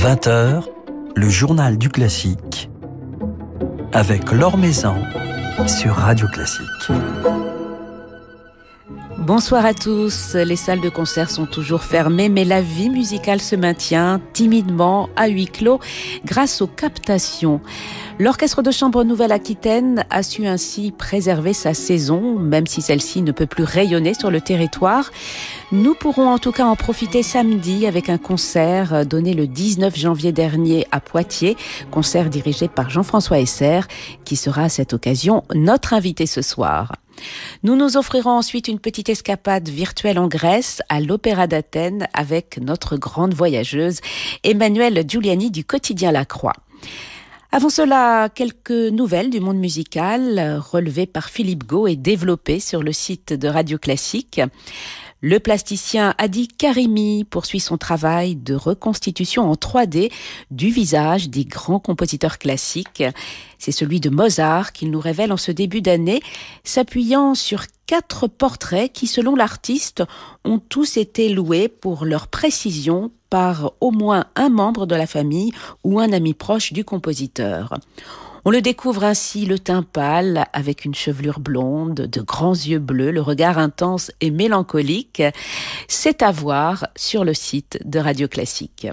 20h, le journal du classique avec Laure Maison sur Radio Classique. Bonsoir à tous. Les salles de concert sont toujours fermées, mais la vie musicale se maintient timidement à huis clos grâce aux captations. L'Orchestre de chambre Nouvelle-Aquitaine a su ainsi préserver sa saison, même si celle-ci ne peut plus rayonner sur le territoire. Nous pourrons en tout cas en profiter samedi avec un concert donné le 19 janvier dernier à Poitiers, concert dirigé par Jean-François Esser, qui sera à cette occasion notre invité ce soir. Nous nous offrirons ensuite une petite escapade virtuelle en Grèce, à l'Opéra d'Athènes, avec notre grande voyageuse, Emmanuelle Giuliani du quotidien La Croix. Avant cela, quelques nouvelles du monde musical, relevées par Philippe Gau et développées sur le site de Radio Classique. Le plasticien Hadi Karimi poursuit son travail de reconstitution en 3D du visage des grands compositeurs classiques. C'est celui de Mozart qu'il nous révèle en ce début d'année, s'appuyant sur 4 portraits qui, selon l'artiste, ont tous été loués pour leur précision par au moins un membre de la famille ou un ami proche du compositeur. On le découvre ainsi le teint pâle, avec une chevelure blonde, de grands yeux bleus, le regard intense et mélancolique. C'est à voir sur le site de Radio Classique.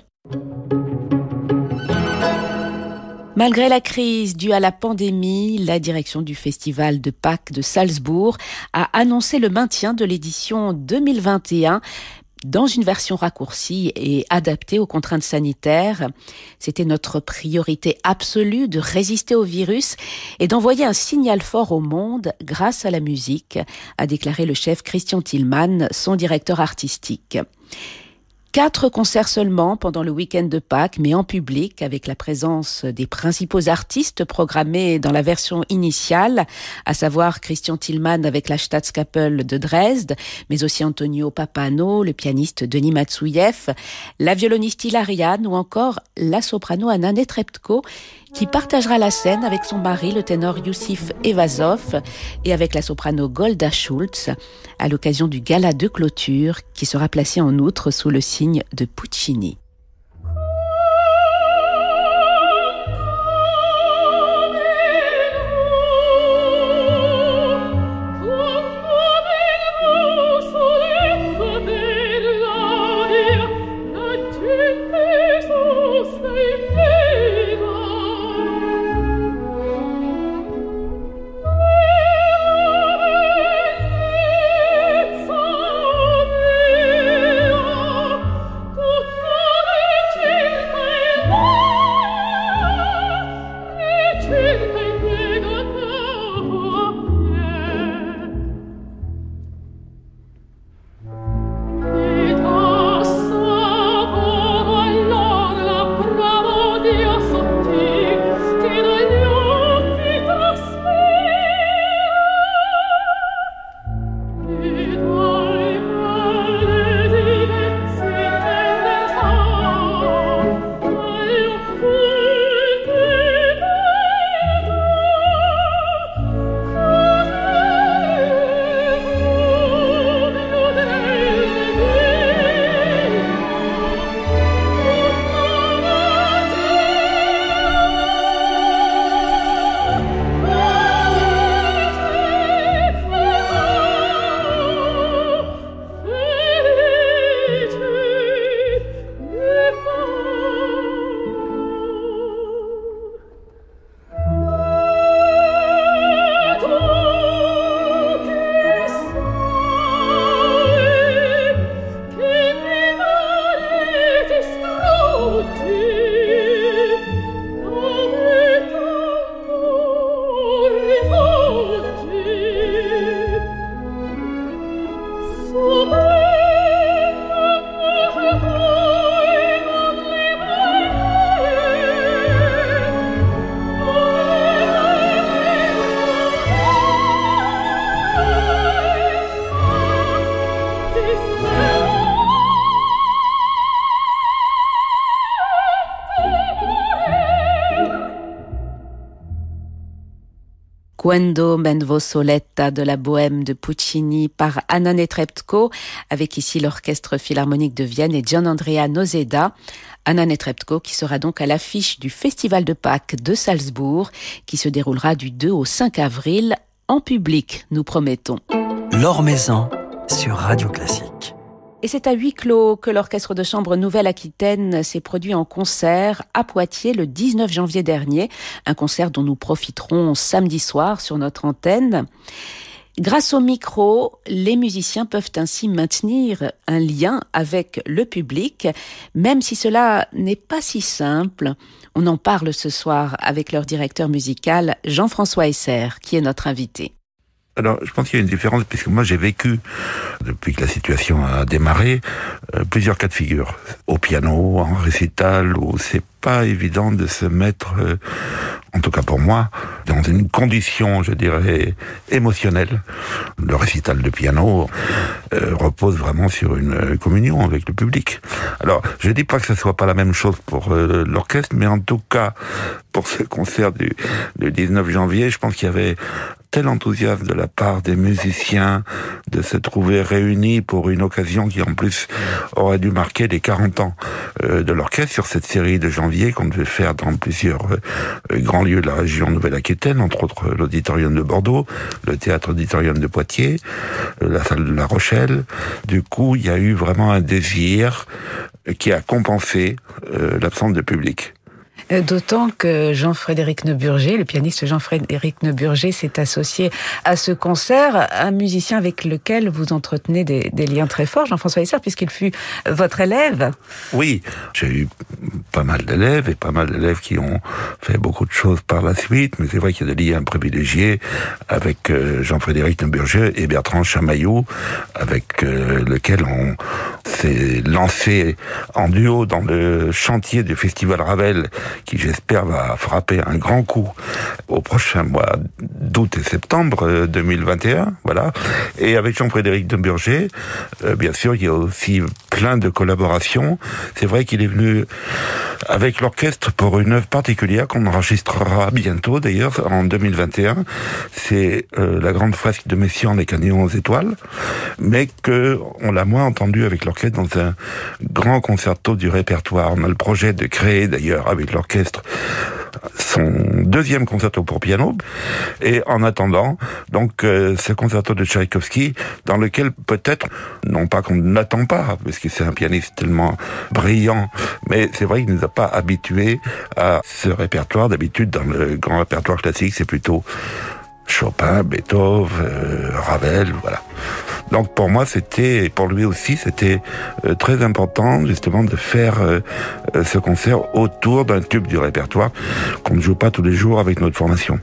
Malgré la crise due à la pandémie, la direction du Festival de Pâques de Salzbourg a annoncé le maintien de l'édition 2021 dans une version raccourcie et adaptée aux contraintes sanitaires. C'était notre priorité absolue de résister au virus et d'envoyer un signal fort au monde grâce à la musique, a déclaré le chef Christian Tillmann, son directeur artistique. 4 concerts seulement pendant le week-end de Pâques, mais en public, avec la présence des principaux artistes programmés dans la version initiale, à savoir Christian Tillmann avec la Staatskapelle de Dresde, mais aussi Antonio Pappano, le pianiste Denis Matsouyev, la violoniste Hilariane ou encore la soprano Anna Netrebko, qui partagera la scène avec son mari, le ténor Youssif Evazov, et avec la soprano Golda Schultz, à l'occasion du gala de clôture qui sera placé en outre sous le signe de Puccini. Quando Menvo Soletta de la Bohème de Puccini par Anna Netrebko, avec ici l'Orchestre Philharmonique de Vienne et Gian-Andrea Noseda. Anna Netrebko qui sera donc à l'affiche du Festival de Pâques de Salzbourg, qui se déroulera du 2 au 5 avril en public, nous promettons. L'Or Maison sur Radio Classique. Et c'est à huis clos que l'Orchestre de chambre Nouvelle-Aquitaine s'est produit en concert à Poitiers le 19 janvier dernier. Un concert dont nous profiterons samedi soir sur notre antenne. Grâce au micro, les musiciens peuvent ainsi maintenir un lien avec le public, même si cela n'est pas si simple. On en parle ce soir avec leur directeur musical, Jean-François Esser, qui est notre invité. Alors, je pense qu'il y a une différence, puisque moi j'ai vécu, depuis que la situation a démarré, plusieurs cas de figure. Au piano, en récital, où c'est pas évident de se mettre, en tout cas pour moi, dans une condition, je dirais, émotionnelle. Le récital de piano repose vraiment sur une communion avec le public. Alors, je dis pas que ce soit pas la même chose pour l'orchestre, mais en tout cas, pour ce concert du 19 janvier, je pense qu'il y avait tel enthousiasme de la part des musiciens de se trouver réunis pour une occasion qui en plus aurait dû marquer les 40 ans de l'orchestre sur cette série de janvier qu'on devait faire dans plusieurs grands lieux de la région Nouvelle-Aquitaine, entre autres l'auditorium de Bordeaux, le théâtre auditorium de Poitiers, la salle de La Rochelle. Du coup, il y a eu vraiment un désir qui a compensé l'absence de public. D'autant que Jean-Frédéric Neuburger, le pianiste Jean-Frédéric Neuburger, s'est associé à ce concert, un musicien avec lequel vous entretenez des liens très forts, Jean-François Esser, puisqu'il fut votre élève. Oui, j'ai eu pas mal d'élèves et pas mal d'élèves qui ont fait beaucoup de choses par la suite, mais c'est vrai qu'il y a des liens privilégiés avec Jean-Frédéric Neuburger et Bertrand Chamaillou, avec lequel on s'est lancé en duo dans le chantier du Festival Ravel, qui j'espère va frapper un grand coup au prochain mois d'août et septembre 2021, voilà. Et avec Jean-Frédéric Neuburger, bien sûr, il y a aussi plein de collaborations. C'est vrai qu'il est venu avec l'orchestre pour une œuvre particulière qu'on enregistrera bientôt, d'ailleurs, en 2021. C'est la grande fresque de Messiaen, les Canons aux étoiles, mais que on l'a moins entendu avec l'orchestre dans un grand concerto du répertoire. On a le projet de créer, d'ailleurs, avec l'orchestre, son deuxième concerto pour piano, et en attendant, donc, ce concerto de Tchaïkovski, dans lequel peut-être, non pas qu'on n'attend pas, parce que c'est un pianiste tellement brillant, mais c'est vrai qu'il ne nous a pas habitués à ce répertoire. D'habitude, dans le grand répertoire classique, c'est plutôt Chopin, Beethoven, Ravel, voilà. Donc pour moi c'était, et pour lui aussi, c'était très important justement de faire ce concert autour d'un tube du répertoire qu'on ne joue pas tous les jours avec notre formation.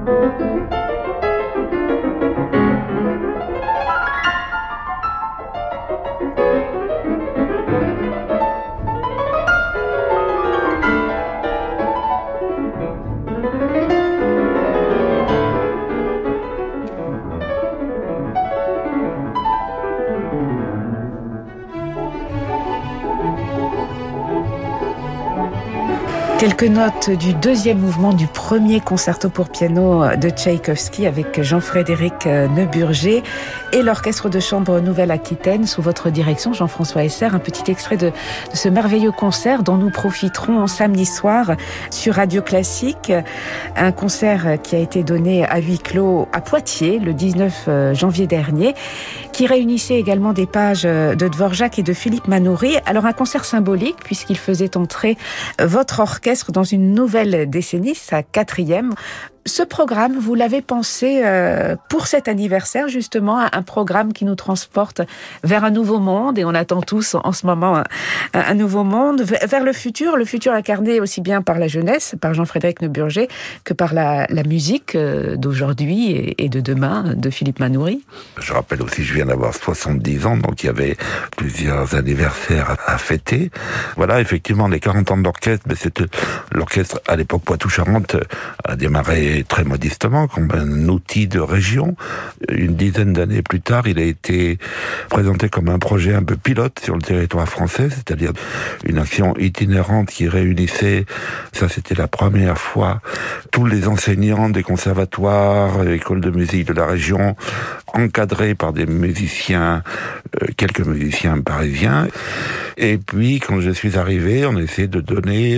Quelques notes du deuxième mouvement du premier concerto pour piano de Tchaïkovski avec Jean-Frédéric Neuburger et l'Orchestre de chambre Nouvelle-Aquitaine sous votre direction, Jean-François Esser. Un petit extrait de ce merveilleux concert dont nous profiterons samedi soir sur Radio Classique. Un concert qui a été donné à huis clos à Poitiers le 19 janvier dernier, qui réunissait également des pages de Dvorak et de Philippe Manoury. Alors un concert symbolique puisqu'il faisait entrer votre orchestre dans une nouvelle décennie, sa 4e. Ce programme, vous l'avez pensé pour cet anniversaire, justement, un programme qui nous transporte vers un nouveau monde, et on attend tous en ce moment un nouveau monde, vers le futur incarné aussi bien par la jeunesse, par Jean-Frédéric Neuburger, que par la musique d'aujourd'hui et de demain de Philippe Manoury. Je rappelle aussi, je viens d'avoir 70 ans, donc il y avait plusieurs anniversaires à fêter. Voilà, effectivement, les 40 ans de l'orchestre, mais c'est l'orchestre, à l'époque, Poitou-Charentes, a démarré très modestement, comme un outil de région. Une dizaine d'années plus tard, il a été présenté comme un projet un peu pilote sur le territoire français, c'est-à-dire une action itinérante qui réunissait, ça c'était la première fois, tous les enseignants des conservatoires, écoles de musique de la région, encadrés par des musiciens, quelques musiciens parisiens. Et puis, quand je suis arrivé, on a essayé de donner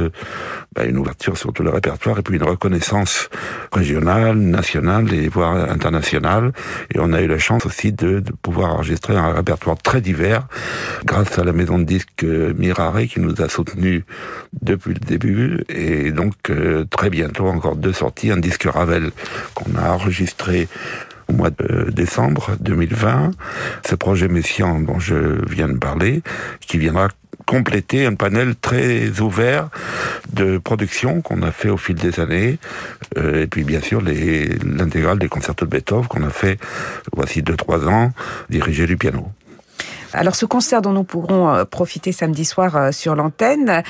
une ouverture sur tout le répertoire et puis une reconnaissance régionale, nationale et voire internationale. Et on a eu la chance aussi de pouvoir enregistrer un répertoire très divers grâce à la maison de disques Mirare qui nous a soutenus depuis le début. Et donc, très bientôt, encore 2 sorties, un disque Ravel qu'on a enregistré au mois de décembre 2020, ce projet Messiaen dont je viens de parler, qui viendra compléter un panel très ouvert de production qu'on a fait au fil des années, et puis bien sûr l'intégrale des concertos de Beethoven qu'on a fait voici 2-3 ans, dirigé du piano. Alors ce concert dont nous pourrons profiter samedi soir sur l'antenne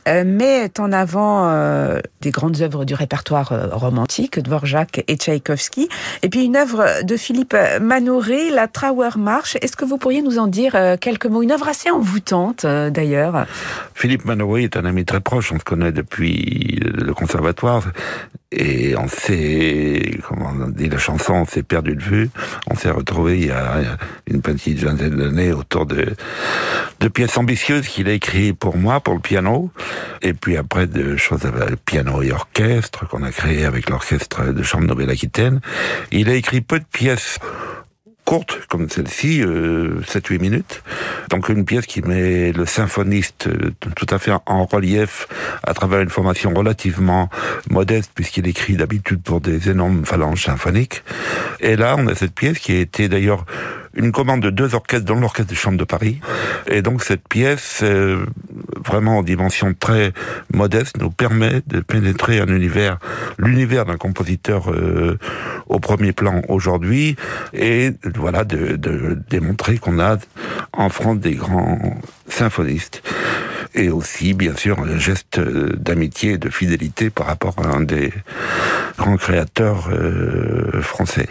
met en avant des grandes œuvres du répertoire romantique, Dvorak et Tchaïkovski, et puis une œuvre de Philippe Manoury, la Trauermarsch. Est-ce que vous pourriez nous en dire quelques mots? Une œuvre assez envoûtante d'ailleurs. Philippe Manoury est un ami très proche, on se connaît depuis le conservatoire. Et on s'est, comment on dit la chanson, on s'est perdu de vue. On s'est retrouvé il y a une petite vingtaine d'années autour de pièces ambitieuses qu'il a écrites pour moi, pour le piano. Et puis après de choses avec piano et orchestre qu'on a créé avec l'orchestre de chambre Nouvelle-Aquitaine. Il a écrit peu de pièces courte, comme celle-ci, 7-8 minutes. Donc une pièce qui met le symphoniste tout à fait en relief à travers une formation relativement modeste, puisqu'il écrit d'habitude pour des énormes phalanges symphoniques. Et là, on a cette pièce qui a été d'ailleurs une commande de 2 orchestres, dont l'Orchestre de chambre de Paris. Et donc cette pièce, vraiment en dimension très modeste, nous permet de pénétrer l'univers d'un compositeur au premier plan aujourd'hui, et voilà de démontrer qu'on a en France des grands symphonistes. Et aussi, bien sûr, un geste d'amitié et de fidélité par rapport à un des grands créateurs français.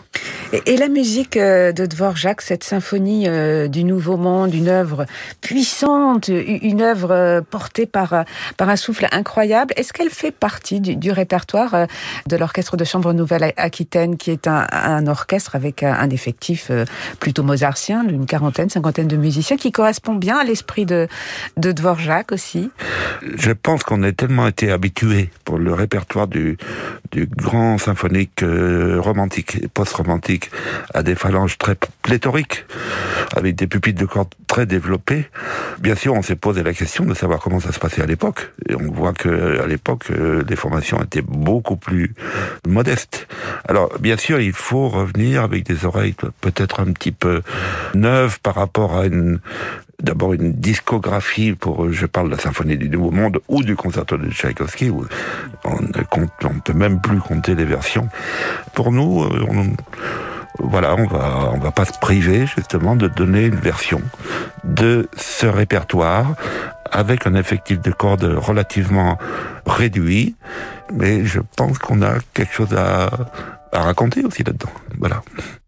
Et la musique de Dvorak, cette symphonie du Nouveau Monde, une œuvre puissante, une œuvre portée par un souffle incroyable, est-ce qu'elle fait partie du répertoire de l'Orchestre de chambre Nouvelle-Aquitaine, qui est un orchestre avec un effectif plutôt mozartien, d'une 40-50 de musiciens, qui correspond bien à l'esprit de Dvorak aussi? Je pense qu'on a tellement été habitués pour le répertoire du grand symphonique romantique et post-romantique à des phalanges très pléthoriques, avec des pupitres de cordes très développées. Bien sûr, on s'est posé la question de savoir comment ça se passait à l'époque. Et on voit qu'à l'époque, les formations étaient beaucoup plus modestes. Alors, bien sûr, il faut revenir avec des oreilles peut-être un petit peu neuves par rapport à une d'abord une discographie je parle de la symphonie du Nouveau Monde ou du concerto de Tchaïkovski, où on peut même plus compter les versions. Pour nous, on va pas se priver justement de donner une version de ce répertoire avec un effectif de cordes relativement réduit, mais je pense qu'on a quelque chose à raconter aussi là-dedans. Voilà.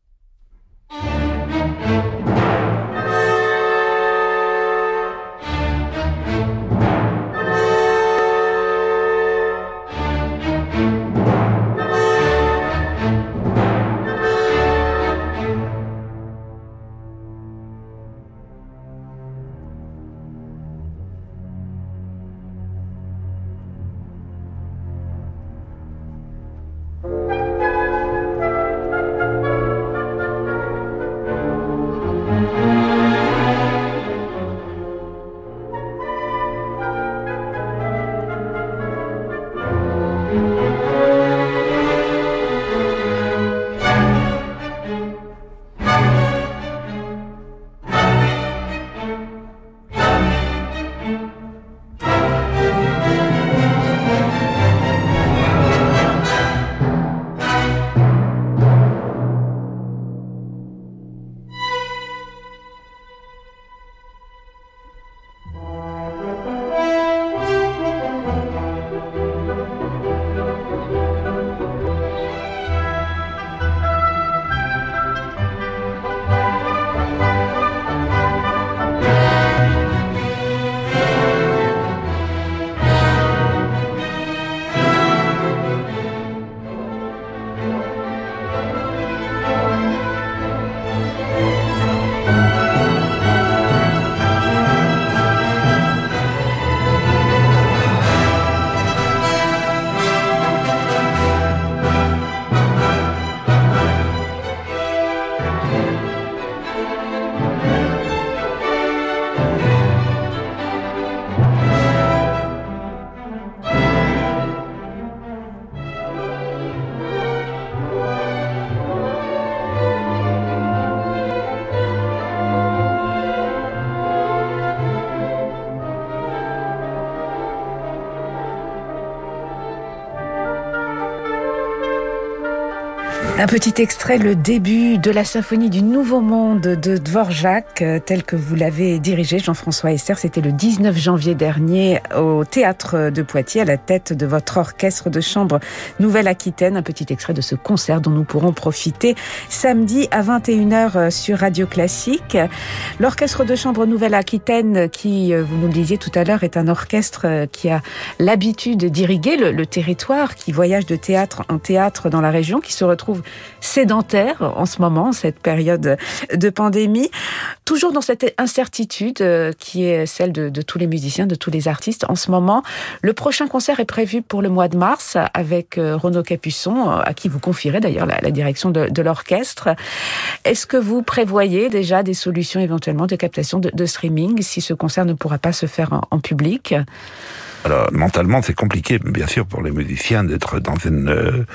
Un petit extrait, le début de la symphonie du Nouveau Monde de Dvorak, tel que vous l'avez dirigé, Jean-François Esser. C'était le 19 janvier dernier au Théâtre de Poitiers, à la tête de votre orchestre de chambre Nouvelle-Aquitaine. Un petit extrait de ce concert dont nous pourrons profiter samedi à 21h sur Radio Classique. L'orchestre de chambre Nouvelle-Aquitaine, qui, vous nous le disiez tout à l'heure, est un orchestre qui a l'habitude d'irriguer le territoire, qui voyage de théâtre en théâtre dans la région, qui se retrouve sédentaire en ce moment, cette période de pandémie, toujours dans cette incertitude qui est celle de tous les musiciens, de tous les artistes en ce moment. Le prochain concert est prévu pour le mois de mars avec Renaud Capuçon, à qui vous confierez d'ailleurs la direction de l'orchestre. Est-ce que vous prévoyez déjà des solutions éventuellement de captation de streaming si ce concert ne pourra pas se faire en public ? Alors, mentalement, c'est compliqué, bien sûr, pour les musiciens d'être dans de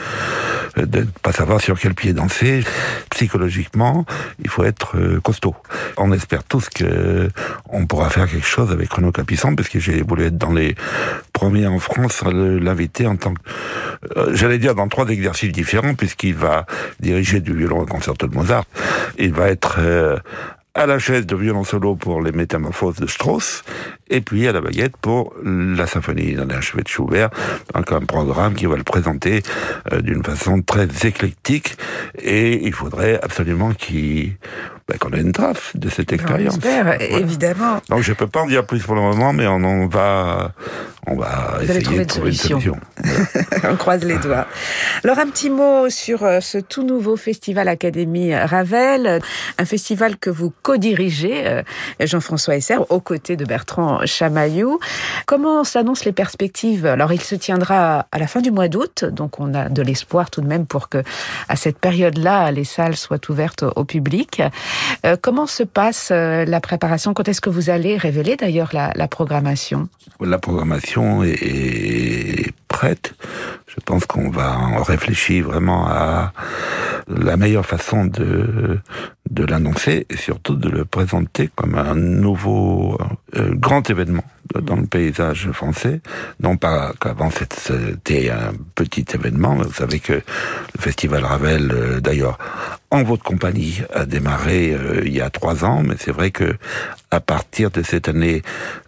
pas savoir sur quel pied danser. Psychologiquement, il faut être costaud. On espère tous que on pourra faire quelque chose avec Renaud Capuçon, parce que j'ai voulu être dans les premiers en France à l'inviter en tant que, j'allais dire dans 3 exercices différents, puisqu'il va diriger du violon concerto de Mozart. Il va être à la chaise de violon solo pour les Métamorphoses de Strauss, et puis à la baguette pour la symphonie d'Anna-Schubert de Schubert, donc un programme qui va le présenter d'une façon très éclectique, et il faudrait absolument qu'on ait une trace de cette expérience. J'espère, voilà. Évidemment. Donc je peux pas en dire plus pour le moment, mais on va essayer de trouver une solution. On croise les doigts. Alors un petit mot sur ce tout nouveau festival Académie Ravel, un festival que vous co-dirigez, Jean-François Esser, aux côtés de Bertrand Chamaillou. Comment s'annoncent les perspectives ? Alors il se tiendra à la fin du mois d'août, donc on a de l'espoir tout de même pour que à cette période-là, les salles soient ouvertes au public. Comment se passe la préparation ? Quand est-ce que vous allez révéler d'ailleurs la programmation ? La programmation est prête. Je pense qu'on réfléchit vraiment à la meilleure façon de de l'annoncer et surtout de le présenter comme un nouveau grand événement dans le paysage français. Non pas qu'avant c'était un petit événement, mais vous savez que le Festival Ravel, d'ailleurs, en votre compagnie, a démarré il y a 3 ans, mais c'est vrai que à partir de cette année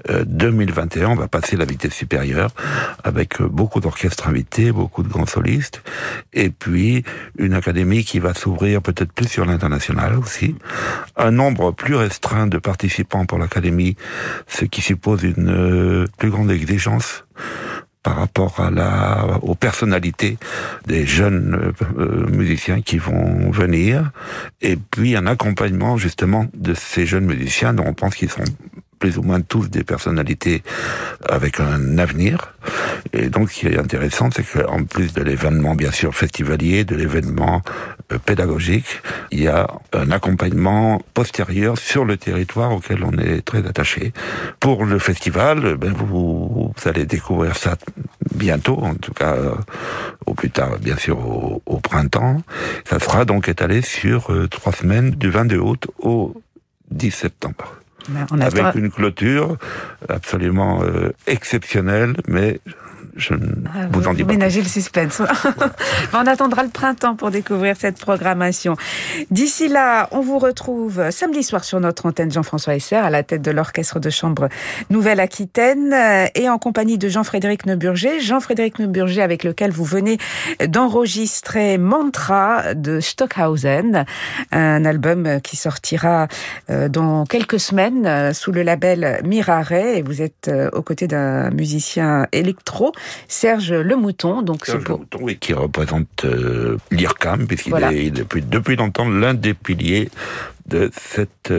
2021, on va passer la vitesse supérieure avec beaucoup d'orchestres invités, beaucoup de grands solistes, et puis une académie qui va s'ouvrir peut-être plus sur l'international aussi. Un nombre plus restreint de participants pour l'académie, ce qui suppose une plus grande exigence par rapport aux personnalités des jeunes musiciens qui vont venir, et puis un accompagnement justement de ces jeunes musiciens dont on pense qu'ils sont plus ou moins tous des personnalités avec un avenir. Et donc, ce qui est intéressant, c'est qu'en plus de l'événement, bien sûr, festivalier, de l'événement pédagogique, il y a un accompagnement postérieur sur le territoire auquel on est très attaché. Pour le festival, vous allez découvrir ça bientôt, en tout cas, au plus tard, bien sûr, au printemps. Ça sera donc étalé sur 3 semaines, du 22 août au 10 septembre. Avec une clôture absolument exceptionnelle, mais je ne vous en dis pas. Ménager le suspense. On attendra le printemps pour découvrir cette programmation. D'ici là, on vous retrouve samedi soir sur notre antenne Jean-François Esser à la tête de l'Orchestre de chambre Nouvelle-Aquitaine et en compagnie de Jean-Frédéric Neuburger. Jean-Frédéric Neuburger avec lequel vous venez d'enregistrer Mantra de Stockhausen, un album qui sortira dans quelques semaines sous le label Mirare, et vous êtes aux côtés d'un musicien électro, Serge Lemouton. Donc Serge Lemouton, oui, qui représente l'IRCAM, puisqu'il est depuis longtemps l'un des piliers de cette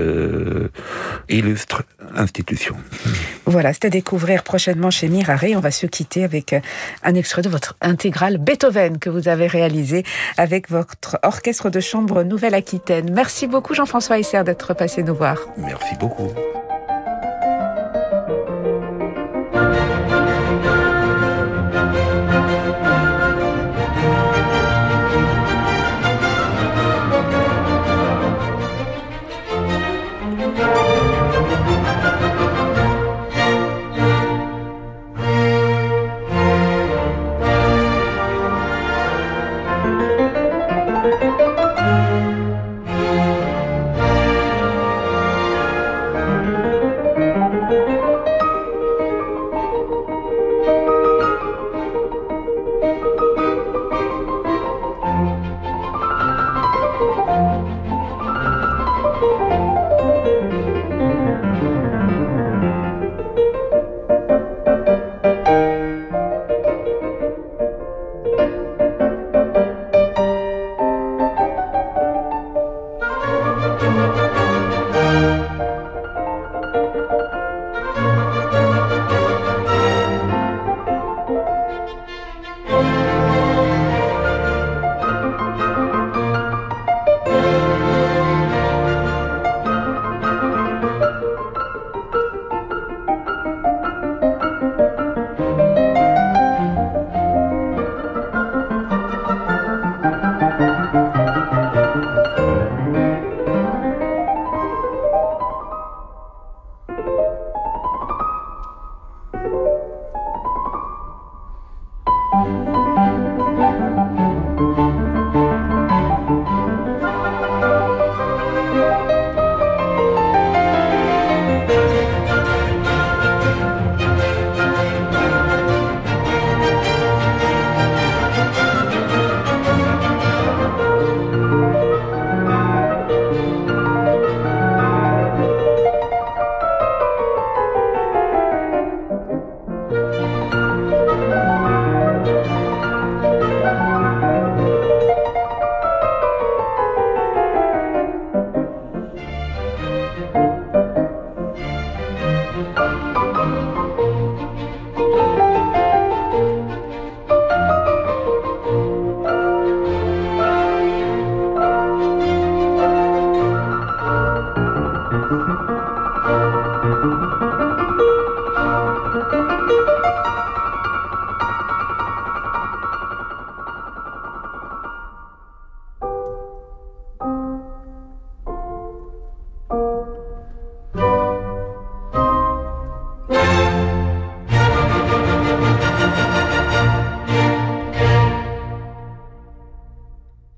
illustre institution. Voilà, c'est à découvrir prochainement chez Mirare. On va se quitter avec un extrait de votre intégrale Beethoven que vous avez réalisé avec votre orchestre de chambre Nouvelle-Aquitaine. Merci beaucoup Jean-François Esser d'être passé nous voir. Merci beaucoup.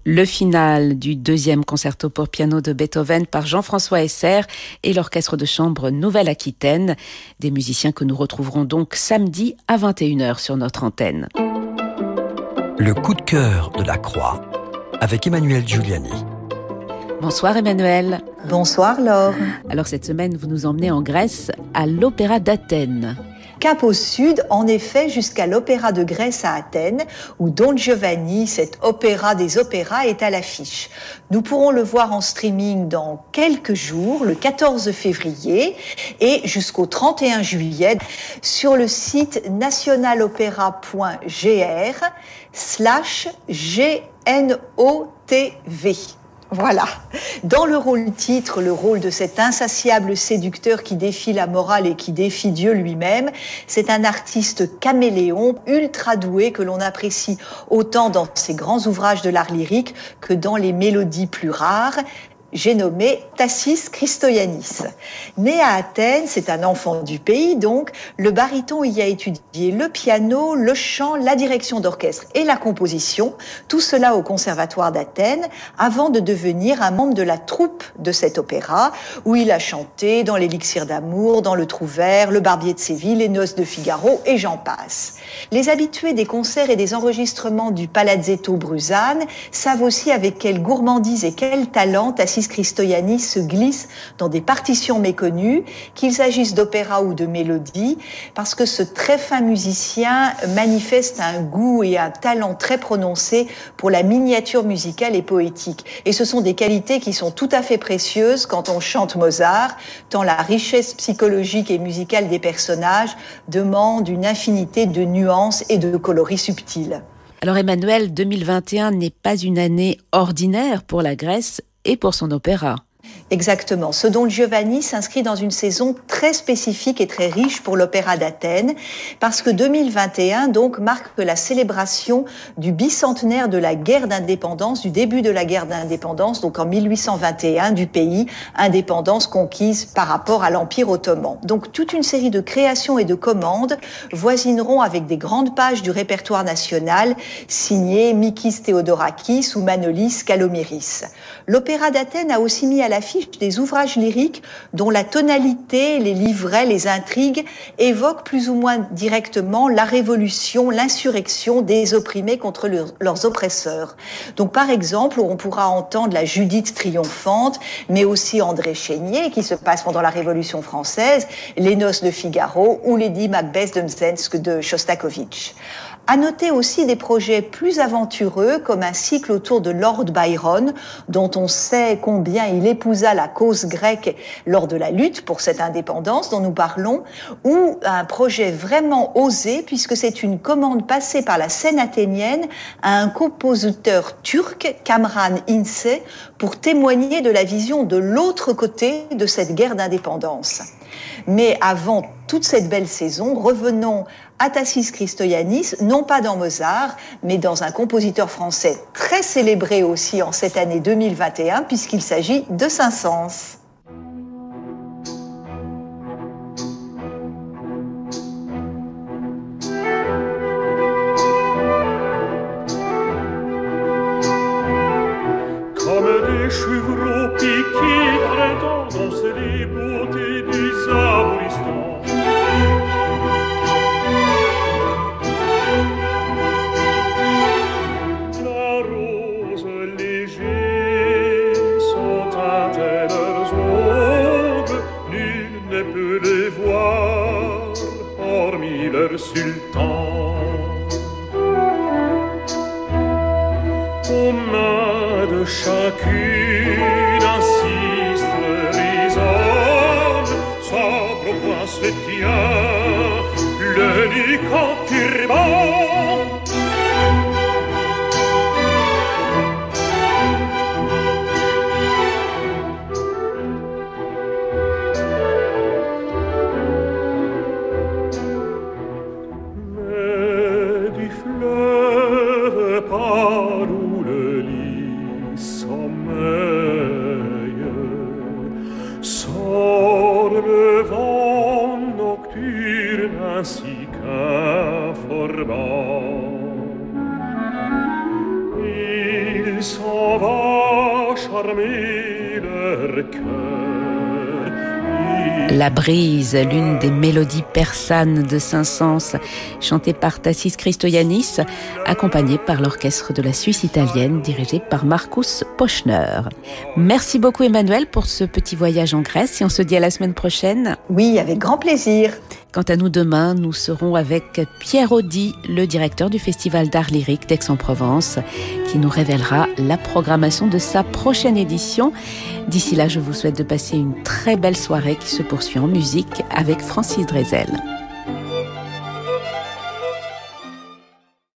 Le final du 2e concerto pour piano de Beethoven par Jean-François Esser et l'Orchestre de chambre Nouvelle-Aquitaine. Des musiciens que nous retrouverons donc samedi à 21h sur notre antenne. Le coup de cœur de la Croix avec Emmanuel Giuliani. Bonsoir Emmanuel. Bonsoir Laure. Alors cette semaine, vous nous emmenez en Grèce à l'Opéra d'Athènes. Cap au sud, en effet, jusqu'à l'Opéra de Grèce à Athènes, où Don Giovanni, cet opéra des opéras, est à l'affiche. Nous pourrons le voir en streaming dans quelques jours, le 14 février et jusqu'au 31 juillet, sur le site nationalopéra.gr/GNOTV. Voilà. Dans le rôle titre, le rôle de cet insatiable séducteur qui défie la morale et qui défie Dieu lui-même, c'est un artiste caméléon ultra doué que l'on apprécie autant dans ses grands ouvrages de l'art lyrique que dans les mélodies plus rares. J'ai nommé Tassis Christoyannis. Né à Athènes, c'est un enfant du pays donc, le baryton y a étudié le piano, le chant, la direction d'orchestre et la composition, tout cela au Conservatoire d'Athènes, avant de devenir un membre de la troupe de cet opéra, où il a chanté dans l'Élixir d'amour, dans le Trouvert, le Barbier de Séville, les Noces de Figaro et j'en passe. Les habitués des concerts et des enregistrements du Palazzetto Bruzane savent aussi avec quelle gourmandise et quel talent Tassis Christoyannis se glisse dans des partitions méconnues, qu'il s'agisse d'opéra ou de mélodie, parce que ce très fin musicien manifeste un goût et un talent très prononcé pour la miniature musicale et poétique. Et ce sont des qualités qui sont tout à fait précieuses quand on chante Mozart, tant la richesse psychologique et musicale des personnages demande une infinité de nuances et de coloris subtils. Alors Emmanuel, 2021 n'est pas une année ordinaire pour la Grèce et pour son opéra. Exactement. Ce Don Giovanni s'inscrit dans une saison très spécifique et très riche pour l'Opéra d'Athènes, parce que 2021 donc marque la célébration du bicentenaire de la guerre d'indépendance, du début de la guerre d'indépendance, donc en 1821 du pays, indépendance conquise par rapport à l'Empire ottoman. Donc toute une série de créations et de commandes voisineront avec des grandes pages du répertoire national signées Mikis Theodorakis ou Manolis Kalomiris. L'Opéra d'Athènes a aussi mis à l'affiche des ouvrages lyriques dont la tonalité, les livrets, les intrigues évoquent plus ou moins directement la révolution, l'insurrection des opprimés contre leurs oppresseurs. Donc par exemple, on pourra entendre la Judith triomphante, mais aussi André Chénier qui se passe pendant la Révolution française, les Noces de Figaro ou Lady Macbeth de Mzensk de Shostakovich. À noter aussi des projets plus aventureux comme un cycle autour de Lord Byron, dont on sait combien il épousa la cause grecque lors de la lutte pour cette indépendance dont nous parlons, ou un projet vraiment osé puisque c'est une commande passée par la scène athénienne à un compositeur turc, Kamran Ince, pour témoigner de la vision de l'autre côté de cette guerre d'indépendance. Mais avant toute cette belle saison, revenons à Tassis Christoyannis, non pas dans Mozart, mais dans un compositeur français très célébré aussi en cette année 2021, puisqu'il s'agit de Saint-Saëns. Comme des chevreaux piqués dans la tendance et les beautés du Zabouristan. La rose léger sont teintées leurs ongles, nul ne peut les voir, hormis leur sultan. Aux mains de chacune insiste le rhizome, sobre au point se tient le nuque en turban. Mais du fleuve par où le lit sommeille sort le vent nocturne ainsi qu'informant. Il s'en s'en va charmer leur cœur. La brise, l'une des mélodies persanes de Saint-Saëns, chantée par Tassis Christoyannis, accompagnée par l'orchestre de la Suisse italienne, dirigé par Markus Poschner. Merci beaucoup Emmanuel pour ce petit voyage en Grèce et on se dit à la semaine prochaine. Oui, avec grand plaisir. Quant à nous, demain, nous serons avec Pierre Audy, le directeur du Festival d'art lyrique d'Aix-en-Provence, qui nous révélera la programmation de sa prochaine édition. D'ici là, je vous souhaite de passer une très belle soirée qui se poursuit en musique avec Francis Drezel.